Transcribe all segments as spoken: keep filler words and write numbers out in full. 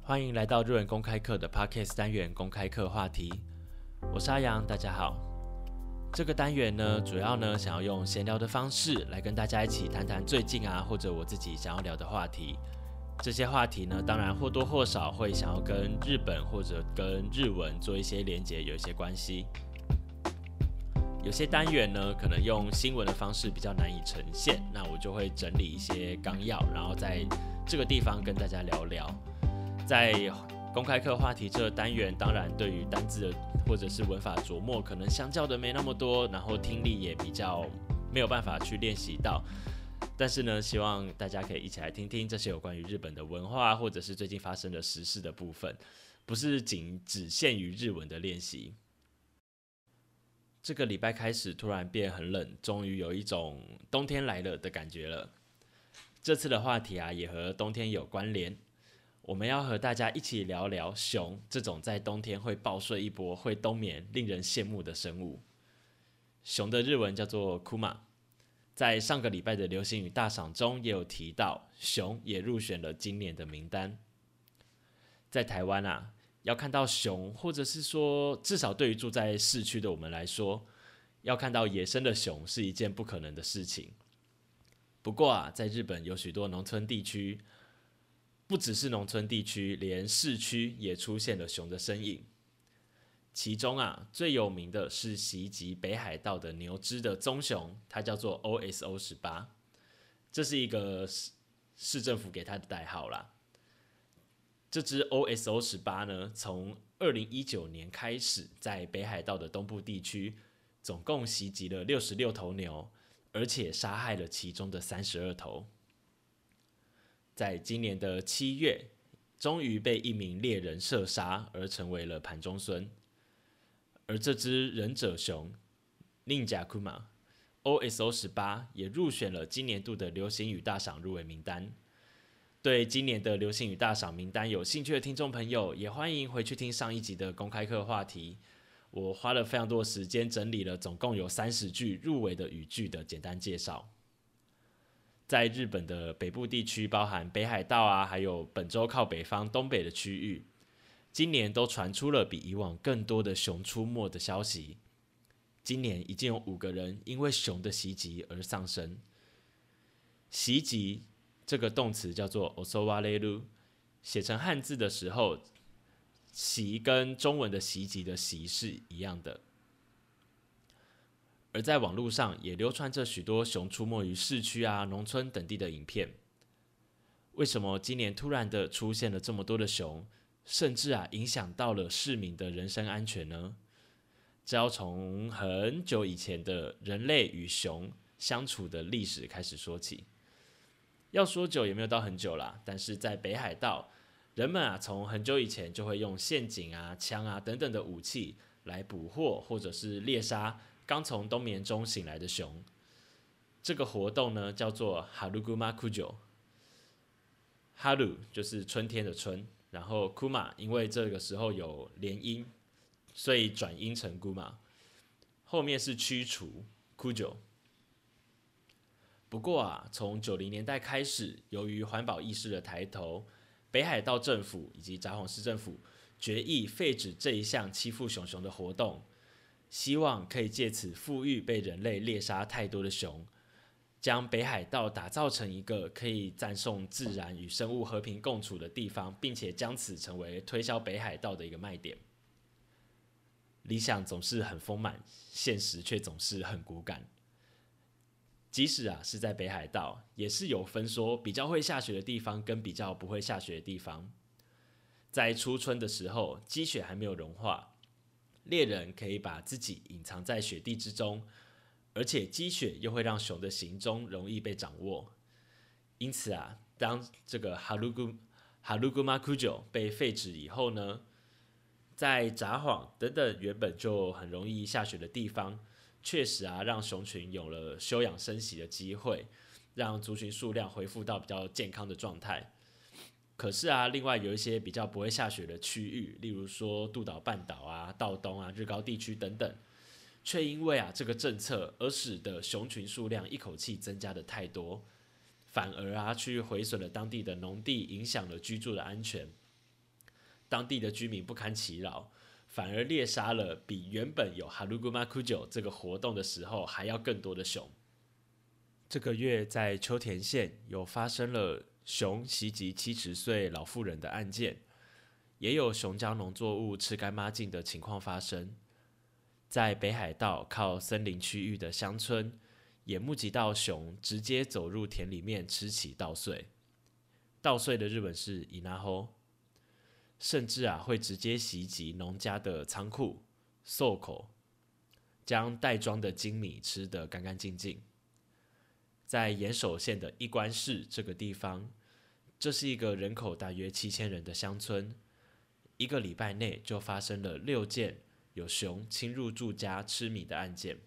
欢迎来到日文公开课的 Podcast 单元公开课话题，我是阿阳，大家好。这个单元呢，主要呢想要用闲聊的方式来跟大家一起谈谈最近啊，或者我自己想要聊的话题。这些话题呢，当然或多或少会想要跟日本或者跟日文做一些连结，有一些关系。有些单元呢，可能用新闻的方式比较难以呈现，那我就会整理一些纲要，然后在这个地方跟大家聊聊。在公开课话题这个单元，当然对于单字的或者是文法琢磨，可能相较的没那么多，然后听力也比较没有办法去练习到。但是呢，希望大家可以一起来听听这些有关于日本的文化，或者是最近发生的时事的部分，不是仅只限于日文的练习。这个礼拜开始突然变很冷，终于有一种冬天来了的感觉了。这次的话题啊，也和冬天有关联。我们要和大家一起聊聊熊这种在冬天会暴睡一波、会冬眠、令人羡慕的生物。熊的日文叫做 Kuma， 在上个礼拜的流行语大赏中也有提到，熊也入选了今年的名单。在台湾啊，要看到熊，或者是说至少对于住在市区的我们来说，要看到野生的熊是一件不可能的事情。不过啊，在日本有许多农村地区，不只是农村地区，连市区也出现了熊的身影。其中啊，最有名的是袭击北海道的牛只的棕熊，它叫做 O S O 十八， 这是一个市政府给它的代号啦。这只 O S O 十八 呢，从二零一九年开始，在北海道的东部地区，总共袭击了六十六头牛，而且杀害了其中的三十二头。在今年的七月，终于被一名猎人射杀，而成为了盘中孙。而这只忍者熊 Ninja Kuma O S O 十八 也入选了今年度的流行语大赏入围名单。对今年的流行语大赏名单有兴趣的听众朋友，也欢迎回去听上一集的公开课话题。我花了非常多的时间整理了总共有三十句入围的语句的简单介绍。在日本的北部地区，包含北海道啊，还有本州靠北方东北的区域，今年都传出了比以往更多的熊出没的消息。今年已经有五个人因为熊的袭击而丧生。袭击这个动词叫做 osowareru， 写成汉字的时候，袭跟中文的袭击的袭是一样的。而在网络上也流传着许多熊出没于市区啊、农村等地的影片。为什么今年突然的出现了这么多的熊，甚至啊影响到了市民的人身安全呢？这要从很久以前的人类与熊相处的历史开始说起。要说久也没有到很久啦，但是在北海道，人们啊从很久以前就会用陷阱啊、枪啊等等的武器来捕获或者是猎杀刚从冬眠中醒来的熊。这个活动呢叫做 Haruguma Kujo。Haru 就是春天的春，然后 Kuma 因为这个时候有连音，所以转音成 Kuma， 后面是驱除 Kujo。不过啊，从九零年代开始，由于环保意识的抬头，北海道政府以及札幌市政府决议废止这一项欺负熊熊的活动，希望可以借此富裕被人类猎杀太多的熊，将北海道打造成一个可以赞颂自然与生物和平共处的地方，并且将此成为推销北海道的一个卖点。理想总是很丰满，现实却总是很骨感。即使啊是在北海道，也是有分说比较会下雪的地方跟比较不会下雪的地方。在初春的时候，积雪还没有融化，猎人可以把自己隐藏在雪地之中，而且积雪又会让熊的行踪容易被掌握。因此啊，当这个 Haruguma Kujo 被废止以后呢，在札幌等等原本就很容易下雪的地方，确实啊，让熊群有了休养生息的机会，让族群数量恢复到比较健康的状态。可是啊，另外有一些比较不会下雪的区域，例如说渡岛半岛啊、道东啊、日高地区等等，却因为啊这个政策而使得熊群数量一口气增加的太多，反而啊去毁损了当地的农地，影响了居住的安全。 当地的居民不堪其扰，反而猎杀了比原本有 Haruguma Kujo 这个活动的时候还要更多的熊。这个月在秋田县有发生了熊袭击七十岁老妇人的案件，也有熊将农作物吃干抹净的情况发生。在北海道靠森林区域的乡村，也目击到熊直接走入田里面吃起稻穗。稻穗的日文是伊那吼，甚至啊会直接袭击农家的仓库、倉庫，将袋装的精米吃得干干净净。在岩手县的一关市这个地方，这是一个人口大约七千人的乡村，一个礼拜内就发生了六件有熊侵入住家吃米的案件。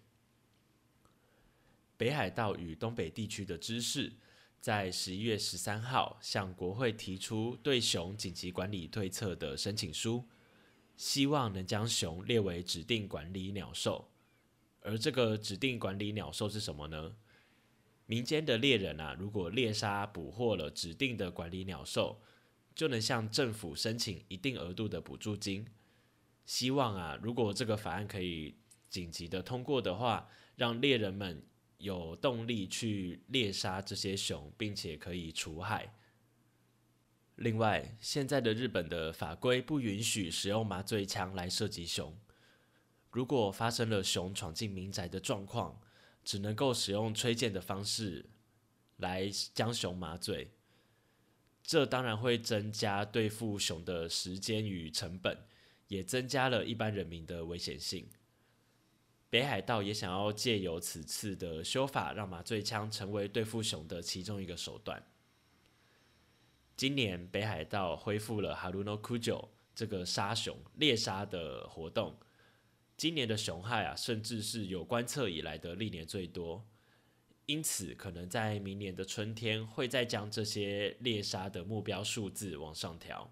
北海道与东北地区的知事在十一月十三号向国会提出对熊紧急管理对策的申请书，希望能将熊列为指定管理鸟兽。而这个指定管理鸟兽是什么呢？民间的猎人啊，如果猎杀捕获了指定的管理鸟兽，就能向政府申请一定额度的补助金。希望啊，如果这个法案可以紧急的通过的话，让猎人们有动力去猎杀这些熊，并且可以除害。另外，现在的日本的法规不允许使用麻醉枪来射击熊。如果发生了熊闯进民宅的状况，只能够使用吹箭的方式来将熊麻醉。这当然会增加对付熊的时间与成本，也增加了一般人民的危险性。北海道也想要借由此次的修法，让麻醉枪成为对付熊的其中一个手段。今年北海道恢复了 Haruno Kujo 这个杀熊猎杀的活动，今年的熊害啊，甚至是有观测以来的历年最多，因此可能在明年的春天会再将这些猎杀的目标数字往上调。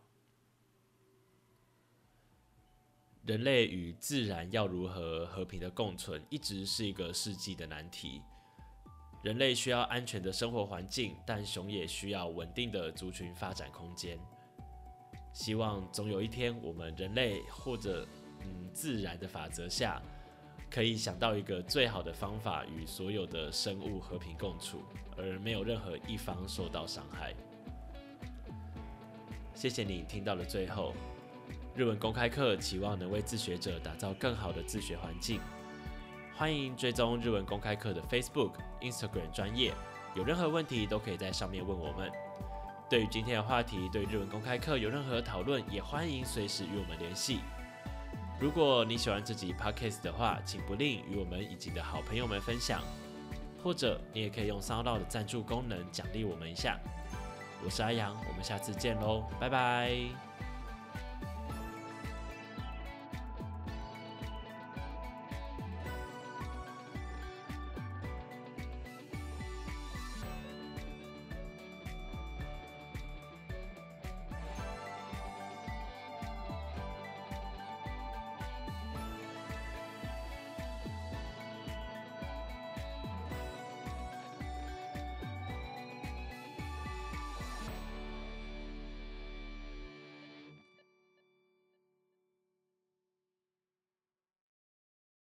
人类与自然要如何和平的共存，一直是一个世纪的难题。人类需要安全的生活环境，但熊也需要稳定的族群发展空间。希望总有一天，我们人类或者嗯自然的法则下，可以想到一个最好的方法，与所有的生物和平共处，而没有任何一方受到伤害。谢谢你听到了最后。日文公开课期望能为自学者打造更好的自学环境。欢迎追踪日文公开课的 Facebook、Instagram 专页，有任何问题都可以在上面问我们。对于今天的话题，对日文公开课有任何讨论，也欢迎随时与我们联系。如果你喜欢这集 Podcast 的话，请不吝与我们以及你的好朋友们分享，或者你也可以用 SoundCloud 的赞助功能奖励我们一下。我是阿阳，我们下次见喽，拜拜。